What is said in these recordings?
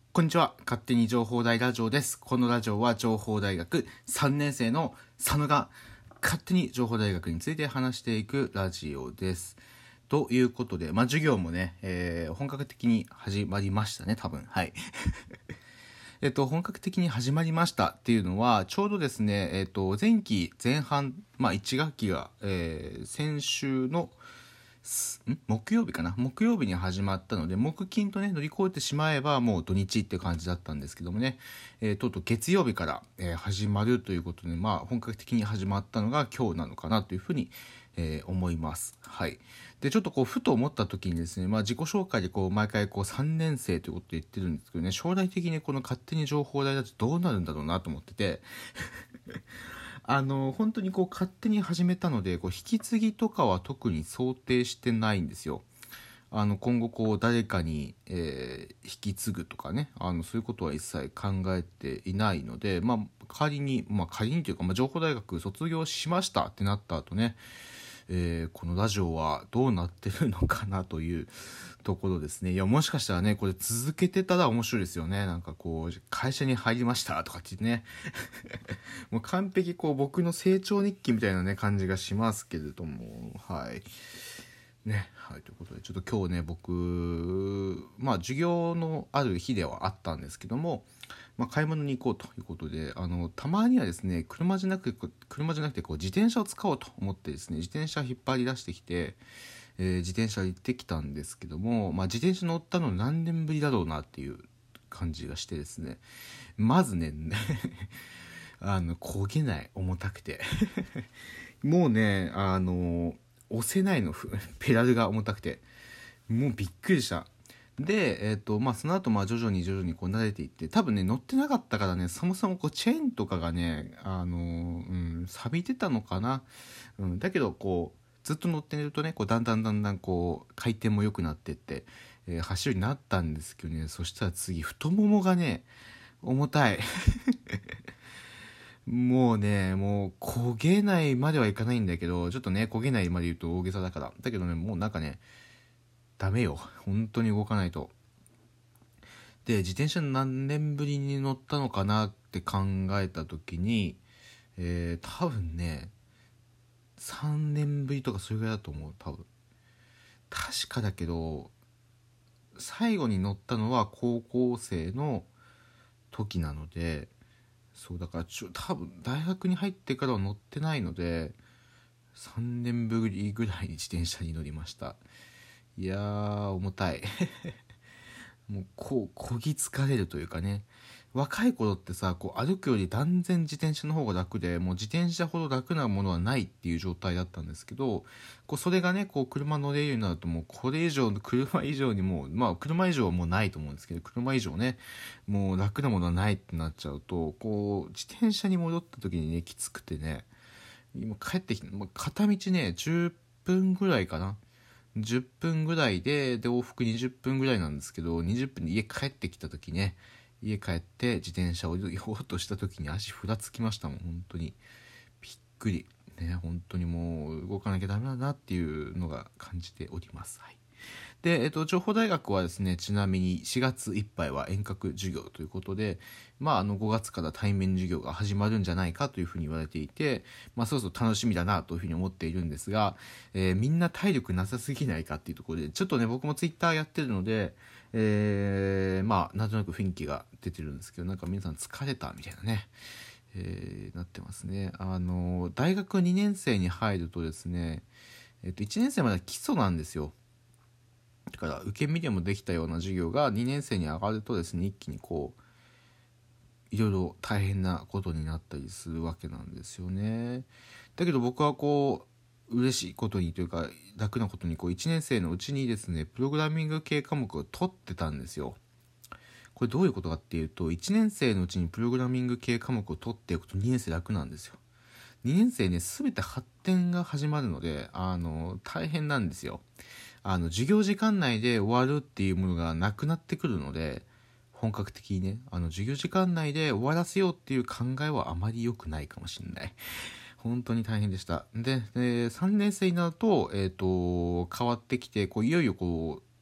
こんにちは。勝手に情報大ラジオです。このラジオは情報大学3年生の佐野が勝手に情報大学について話していくラジオです。ということで、授業もね、本格的に始まりましたね、多分。はい。本格的に始まりましたっていうのは、ちょうどですね、前期前半、1学期が、先週の木曜日に始まったので、木金とね乗り越えてしまえばもう土日って感じだったんですけどもね、とうとう月曜日から、始まるということで、本格的に始まったのが今日なのかなというふうに、思います。はい。でちょっとふと思った時にですね、自己紹介で毎回3年生ということで言ってるんですけどね、将来的にこの勝手に情報大だとどうなるんだろうなと思ってて本当に勝手に始めたので、引き継ぎとかは特に想定してないんですよ。今後誰かに、引き継ぐとかね、そういうことは一切考えていないので、仮にというか、情報大学卒業しましたってなった後ね、このラジオはどうなってるのかなというところですね。いや、もしかしたらね、これ続けてたら面白いですよね。会社に入りましたとかってねもう完璧僕の成長日記みたいなね感じがしますけれども、はいね、はい、ということでちょっと今日ね僕授業のある日ではあったんですけども、買い物に行こうということで、たまにはですね車じゃなくて自転車を使おうと思ってですね、自転車引っ張り出してきて、自転車行ってきたんですけども、自転車乗ったの何年ぶりだろうなっていう感じがしてですね、まずね焦げない、重たくてもうね押せないのペダルが重たくて、もうびっくりした。でその後徐々に慣れていって、多分ね乗ってなかったからね、そもそもチェーンとかがね錆びてたのかな、だけどずっと乗ってるとねだんだん回転も良くなってって、走るようになったんですけどね、そしたら次太ももがね重たいもう焦げないまではいかないんだけど、ちょっとね焦げないまで言うと大げさだから、だけどねもうダメよ、本当に動かないと。で自転車何年ぶりに乗ったのかなって考えた時に、多分ね3年ぶりとかそれぐらいだと思う。多分確かだけど、最後に乗ったのは高校生の時なので、そうだから多分大学に入ってからは乗ってないので、3年ぶりぐらいに自転車に乗りました。いやー重たいもうこぎ疲れるというかね、若い頃ってさ歩くより断然自転車の方が楽で、もう自転車ほど楽なものはないっていう状態だったんですけど、それがね車乗れるようになると、もうこれ以上の車以上に車以上はもうないと思うんですけど、車以上ねもう楽なものはないってなっちゃうと、自転車に戻った時にねきつくてね、今帰ってきて、片道ね10分ぐらいかな、10分ぐらいで往復20分ぐらいなんですけど、20分で家帰ってきた時ね、家帰って自転車を降りようとした時に足ふらつきましたもん。本当にびっくりね、本当にもう動かなきゃダメだなっていうのが感じております。はい。で、情報大学はですね、ちなみに4月いっぱいは遠隔授業ということで、5月から対面授業が始まるんじゃないかというふうに言われていて、そろそろ楽しみだなというふうに思っているんですが、みんな体力なさすぎないかっていうところで、ちょっとね、僕もツイッターやってるので、なんとなく雰囲気が出てるんですけど、皆さん疲れたみたいなね、なってますね。大学2年生に入るとですね、1年生までは基礎なんですよ。だから受け身でもできたような授業が2年生に上がるとですね、一気にいろいろ大変なことになったりするわけなんですよね。だけど僕は嬉しいことにというか楽なことに1年生のうちにですね、プログラミング系科目を取ってたんですよ。これどういうことかっていうと、1年生のうちにプログラミング系科目を取っておくと2年生楽なんですよ。2年生ね全て発展が始まるので大変なんですよ。授業時間内で終わるっていうものがなくなってくるので、本格的にね授業時間内で終わらせようっていう考えはあまり良くないかもしれない。本当に大変でした。で3年生になると変わってきていよいよ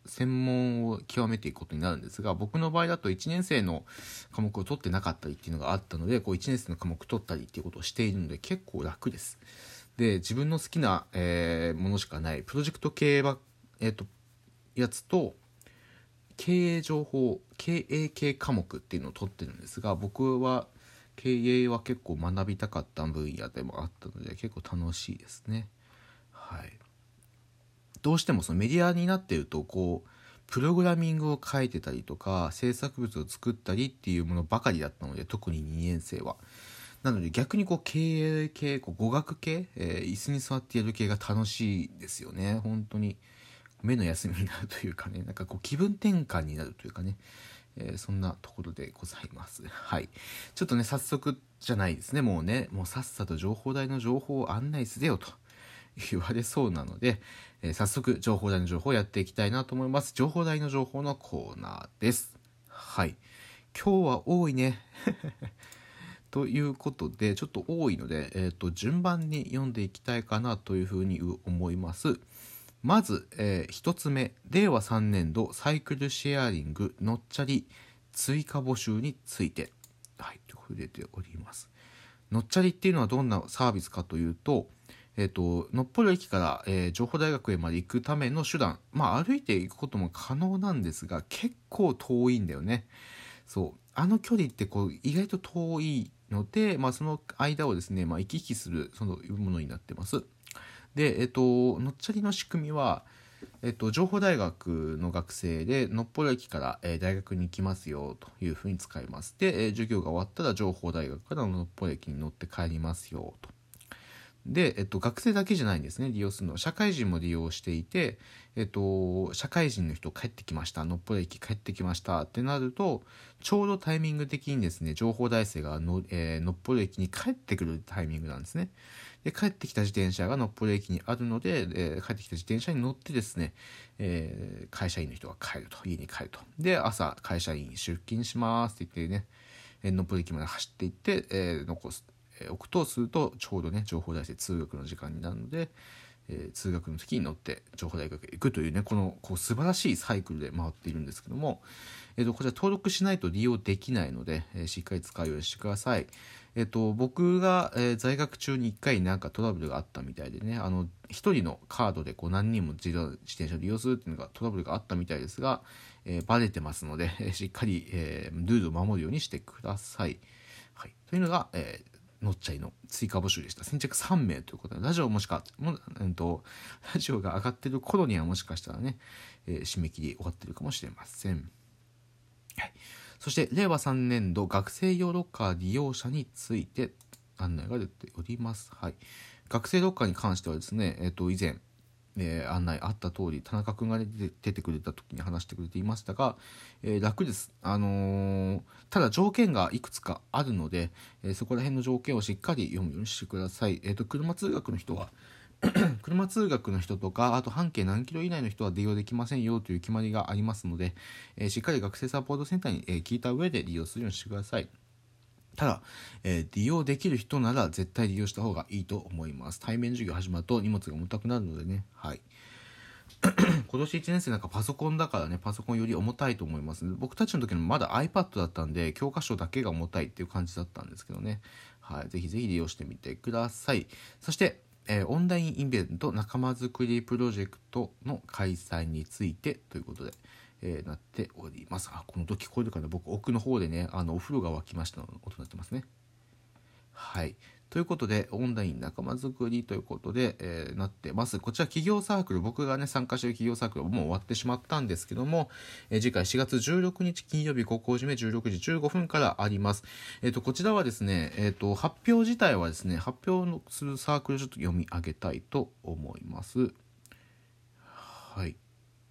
専門を極めていくことになるんですが、僕の場合だと1年生の科目を取ってなかったりっていうのがあったので、こう1年生の科目取ったりっていうことをしているので結構楽です。で、自分の好きな、ものしかないプロジェクト系は、やつと経営系科目っていうのを取ってるんですが、僕は経営は結構学びたかった分野でもあったので結構楽しいですね。はい。どうしてもそのメディアになっているとこうプログラミングを書いてたりとか制作物を作ったりっていうものばかりだったので、特に2年生は。なので逆にこう経営系、こう語学系、椅子に座ってやる系が楽しいですよね。本当に目の休みになるというかね、なんかこう気分転換になるというかね、そんなところでございます。はい。ちょっとね、早速じゃないですね。もうさっさと情報台の情報を案内すれよと言われそうなので、早速情報台の情報をやっていきたいなと思います。情報台の情報のコーナーです。はい。今日は多いね。ということで、ちょっと多いので、順番に読んでいきたいかなというふうに思います。まず、1つ目、令和3年度サイクルシェアリングのっちゃり追加募集について、はい、と触れております。のっちゃりっていうのはどんなサービスかというと、のっぽろ駅から、情報大学へまで行くための手段、歩いて行くことも可能なんですが、結構遠いんだよね。そう、あの距離ってこう意外と遠いので、その間をですね、行き来するそのものになってます。で、のっちゃりの仕組みは、情報大学の学生でのっぽろ駅から、大学に行きますよというふうに使います。で、授業が終わったら情報大学からのっぽろ駅に乗って帰りますよと。で、学生だけじゃないんですね、利用するのは。社会人も利用していて、社会人の人帰ってきました、のっぽろ駅帰ってきましたってなると、ちょうどタイミング的にですね、情報大生がのっぽろ駅に帰ってくるタイミングなんですね。で、帰ってきた自転車がのっぽろ駅にあるので、帰ってきた自転車に乗ってですね、会社員の人が帰ると、家に帰ると。で、朝、会社員出勤しますって言ってね、のっぽろ駅まで走っていって、置くとするとちょうどね情報大生通学の時間になるので、通学の時に乗って情報大学へ行くというね、こう素晴らしいサイクルで回っているんですけども、こちら登録しないと利用できないので、しっかり使うようにしてください。僕が、在学中に1回なんかトラブルがあったみたいでね、一人のカードでこう何人も自転車を利用するっていうのがトラブルがあったみたいですが、バレてますので、しっかり、ルールを守るようにしてください。はい、というのが、のっちゃいの追加募集でした。先着3名ということで、ラジオラジオが上がってる頃にはもしかしたらね、締め切り終わってるかもしれません。はい、そして令和3年度学生用ロッカー利用者について案内が出ております。はい、学生ロッカーに関してはですね、以前案内あった通り田中君が出てくれた時に話してくれていましたが、楽です。ただ条件がいくつかあるので、そこら辺の条件をしっかり読むようにしてください。車通学の人は車通学の人とか、あと半径何キロ以内の人は利用できませんよという決まりがありますので、しっかり学生サポートセンターに、聞いた上で利用するようにしてください。ただ、利用できる人なら絶対利用した方がいいと思います。対面授業始まると荷物が重たくなるのでね。はい。今年1年生なんかパソコンだからね、パソコンより重たいと思います。僕たちの時のまだ iPad だったんで、教科書だけが重たいっていう感じだったんですけどね。はい。ぜひぜひ利用してみてください。そして、オンラインイベント仲間づくりプロジェクトの開催についてということで、なっております。この音聞こえるかな。僕奥の方でね、お風呂が沸きましたの音になってますね。はい。ということで、オンライン仲間づくりということで、なってます。こちら企業サークル、僕がね、参加している企業サークルはもう終わってしまったんですけども、次回4月16日金曜日ご講締め16時15分からあります。こちらはですね、発表自体はですね、発表するサークルをちょっと読み上げたいと思います。はい。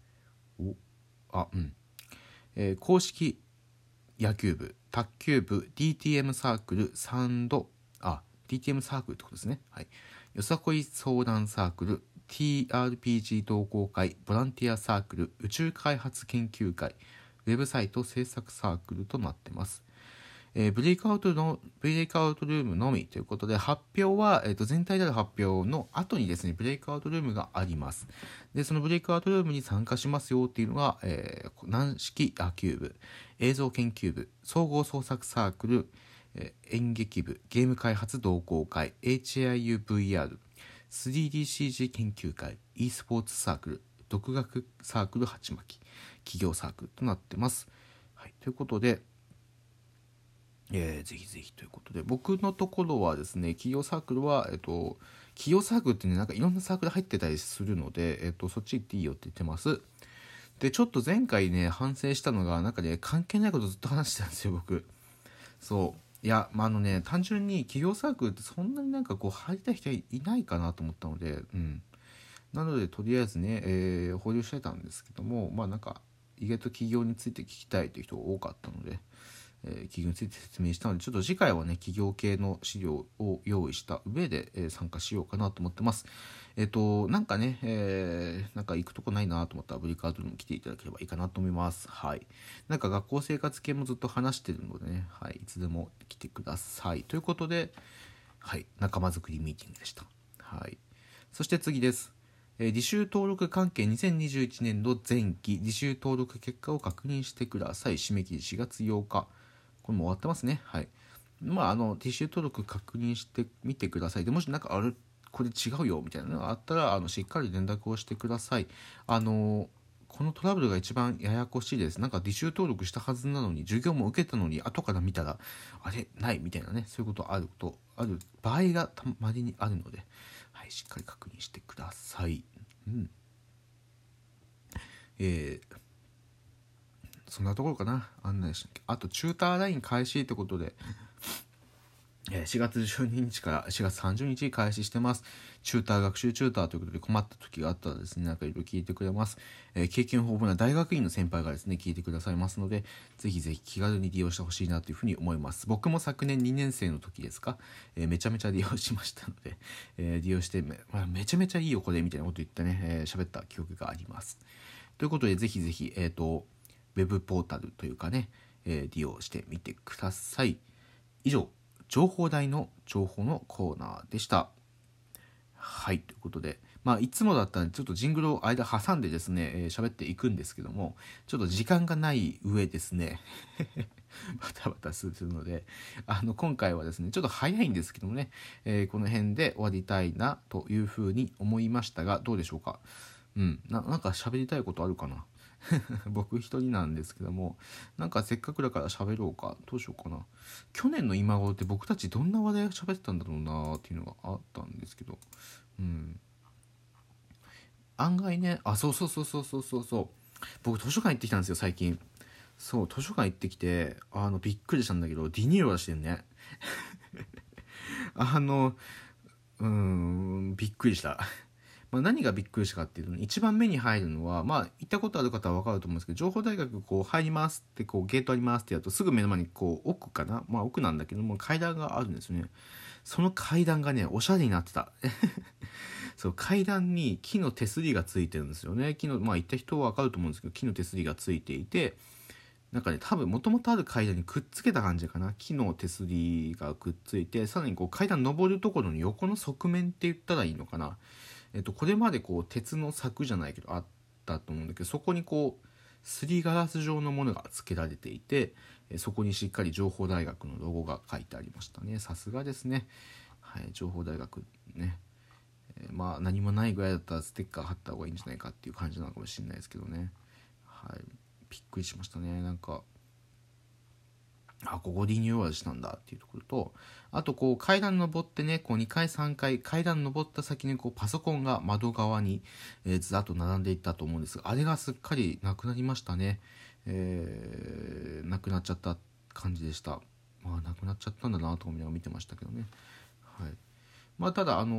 公式野球部、卓球部、DTM サークル、DTM サークルってことですね。はい。よさこい相談サークル、TRPG 同好会、ボランティアサークル、宇宙開発研究会、ウェブサイト制作サークルとなってます。 ブレイクアウトルームのみということで、発表は、全体である発表の後にですね、ブレイクアウトルームがあります。で、そのブレイクアウトルームに参加しますよっていうのが、軟式野球部、映像研究部、総合創作サークル、演劇部、ゲーム開発同好会、HIUVR、3DCG 研究会、e スポーツサークル、独学サークル鉢巻き、企業サークルとなってます。はい、ということで、ぜひぜひということで、僕のところはですね、企業サークルは、企業サークルってね、なんかいろんなサークル入ってたりするので、そっち行っていいよって言ってます。で、ちょっと前回ね、反省したのが、なんかね、関係ないことずっと話してたんですよ、僕。そう。いや、単純に企業サークルってそんなになんかこう、入りたい人いないかなと思ったので、なので、とりあえずね、保留してたんですけども、なんか、意外と企業について聞きたいという人が多かったので、企業について説明したので、ちょっと次回はね、企業系の資料を用意した上で、参加しようかなと思ってます。なんかね、なんか行くとこないなと思ったらブリカードにも来ていただければいいかなと思います。はい。なんか学校生活系もずっと話してるのでね、はい、いつでも来てください。ということで、はい、仲間づくりミーティングでした。はい。そして次です。履修登録関係2021年度前期履修登録結果を確認してください。締め切り4月8日。これも終わってますね。はい。履修登録確認してみてください。でもしなんかこれ違うよみたいなのがあったらしっかり連絡をしてください。このトラブルが一番ややこしいです。なんか履修登録したはずなのに、授業も受けたのに後から見たらあれないみたいなね、そういうことある場合がたまにあるので、はい、しっかり確認してください。そんなところかな。案内したっけ。あとチューターライン開始ってことで4月12日から4月30日に開始してます。チューター学習チューターということで、困った時があったらですね、なんかいろいろ聞いてくれます。経験豊富な大学院の先輩がですね、聞いてくださいますので、ぜひぜひ気軽に利用してほしいなというふうに思います。僕も昨年2年生の時ですか、めちゃめちゃ利用しましたので、利用してめちゃめちゃいいよこれみたいなこと言ってね、喋った記憶があります。ということで、ぜひぜひ、ウェブポータルというかね、利用してみてください。以上、情報台の情報のコーナーでした。はい、ということで、いつもだったらちょっとジングルを間挟んでですね、喋っていくんですけども、ちょっと時間がない上ですね、バタバタするので、今回はですね、ちょっと早いんですけどもね、この辺で終わりたいなというふうに思いましたが、どうでしょうか。なんか喋りたいことあるかな。僕一人なんですけども、なんかせっかくだから喋ろうか、どうしようかな。去年の今頃って僕たちどんな話題を喋ってたんだろうなっていうのがあったんですけど、案外ね、そう僕図書館行ってきたんですよ最近。そう、図書館行ってきてびっくりしたんだけど、リニューアルしてるね。びっくりした。何がびっくりしたかっていうと、一番目に入るのは、行ったことある方は分かると思うんですけど、情報大学こう入りますって、こうゲートありますってやると、すぐ目の前にこう奥かな、奥なんだけども階段があるんですよね。その階段がね、おしゃれになってた。そう階段に木の手すりがついてるんですよね。行った人は分かると思うんですけど、木の手すりがついていて、なんかね、多分もともとある階段にくっつけた感じかな。木の手すりがくっついて、さらにこう階段登るところの横の側面って言ったらいいのかな。これまでこう鉄の柵じゃないけどあったと思うんだけど、そこにこうすりガラス状のものが付けられていて、そこにしっかり情報大学のロゴが書いてありましたね。さすがですね。はい、情報大学ね。何もないぐらいだったらステッカー貼った方がいいんじゃないかっていう感じなのかもしれないですけどね。はい、びっくりしましたね。なんかここリニューアルしたんだっていうところと、あとこう階段登ってね、こう2階3階階段登った先にこうパソコンが窓側に、ずらっと並んでいったと思うんですが、あれがすっかりなくなりましたね。なくなっちゃった感じでした。なくなっちゃったんだなと思いながら見てましたけどね。はい。ただ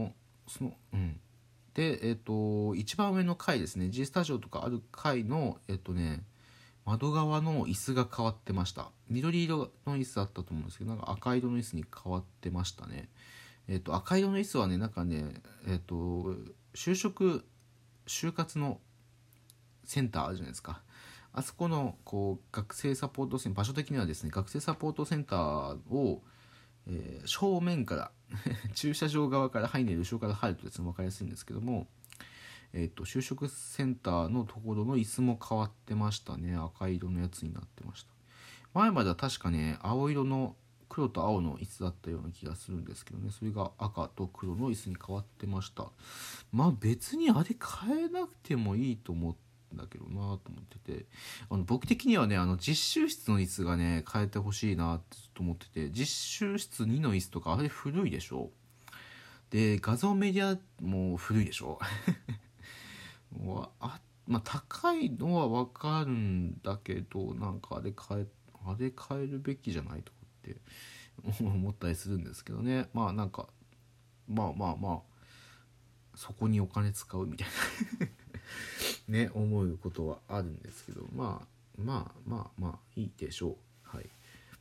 で一番上の階ですね、 G スタジオとかある階の窓側の椅子が変わってました。緑色の椅子だったと思うんですけど、なんか赤色の椅子に変わってましたね。赤色の椅子はね、なんかね、就活のセンターあるじゃないですか。 あそこのこう学生サポートセンター、場所的にはですね、学生サポートセンターを、正面から駐車場側から入んないで後ろから入るとですね分かりやすいんですけども、就職センターのところの椅子も変わってましたね。赤色のやつになってました。前までは確かね青色の黒と青の椅子だったような気がするんですけどね、それが赤と黒の椅子に変わってました。まあ別にあれ変えなくてもいいと思うんだけどなと思ってて、僕的にはね実習室の椅子がね変えてほしいなってずっと思ってて、実習室2の椅子とかあれ古いでしょ。で画像メディアも古いでしょもうまあ高いのは分かるんだけど、なんかあれ変えるべきじゃないとかって思ったりするんですけどね。まあなんかまあそこにお金使うみたいなね思うことはあるんですけど、まあいいでしょう。はい。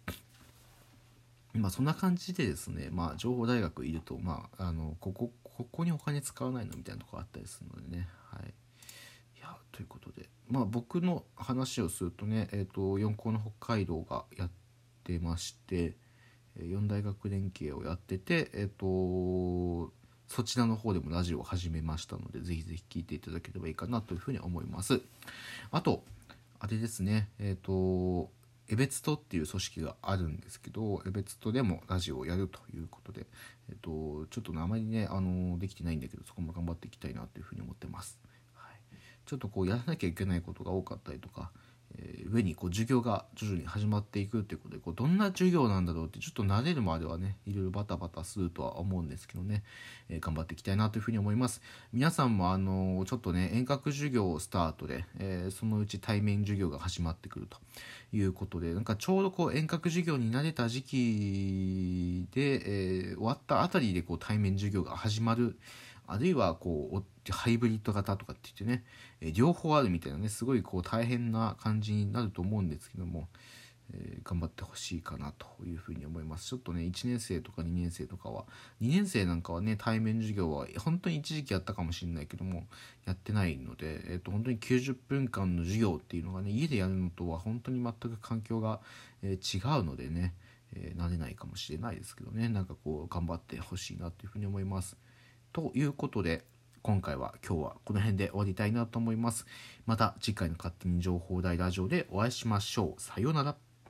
まあそんな感じでですね、まあ情報大学いるとここにお金使わないのみたいなとこあったりするのでね。はい。いやということで、まあ僕の話をするとね、四高の北海道がやってまして、4大学連携をやってて、そちらの方でもラジオを始めましたので、ぜひぜひ聞いていただければいいかなというふうに思います。あとあれですね、エベツトっていう組織があるんですけど、エベツトでもラジオをやるということで、ちょっとあまりねできてないんだけど、そこも頑張っていきたいなというふうに思ってます。はい、ちょっとこうやらなきゃいけないことが多かったりとか、上にこう授業が徐々に始まっていくということで、どんな授業なんだろうってちょっと慣れるまではねいろいろバタバタするとは思うんですけどね、頑張っていきたいなというふうに思います。皆さんもちょっとね遠隔授業スタートで、そのうち対面授業が始まってくるということで、なんかちょうどこう遠隔授業に慣れた時期で、終わったあたりでこう対面授業が始まる、あるいはこうハイブリッド型とかって言ってね、両方あるみたいなね、すごいこう大変な感じになると思うんですけども、頑張ってほしいかなというふうに思います。ちょっとね1年生とか2年生とかは、2年生なんかはね対面授業は本当に一時期やったかもしれないけどもやってないので、本当に90分間の授業っていうのがね家でやるのとは本当に全く環境が、違うのでね、慣れないかもしれないですけどね、なんかこう頑張ってほしいなというふうに思います。ということで今日はこの辺で終わりたいなと思います。また次回の勝手に情報大ラジオでお会いしましょう。さようなら。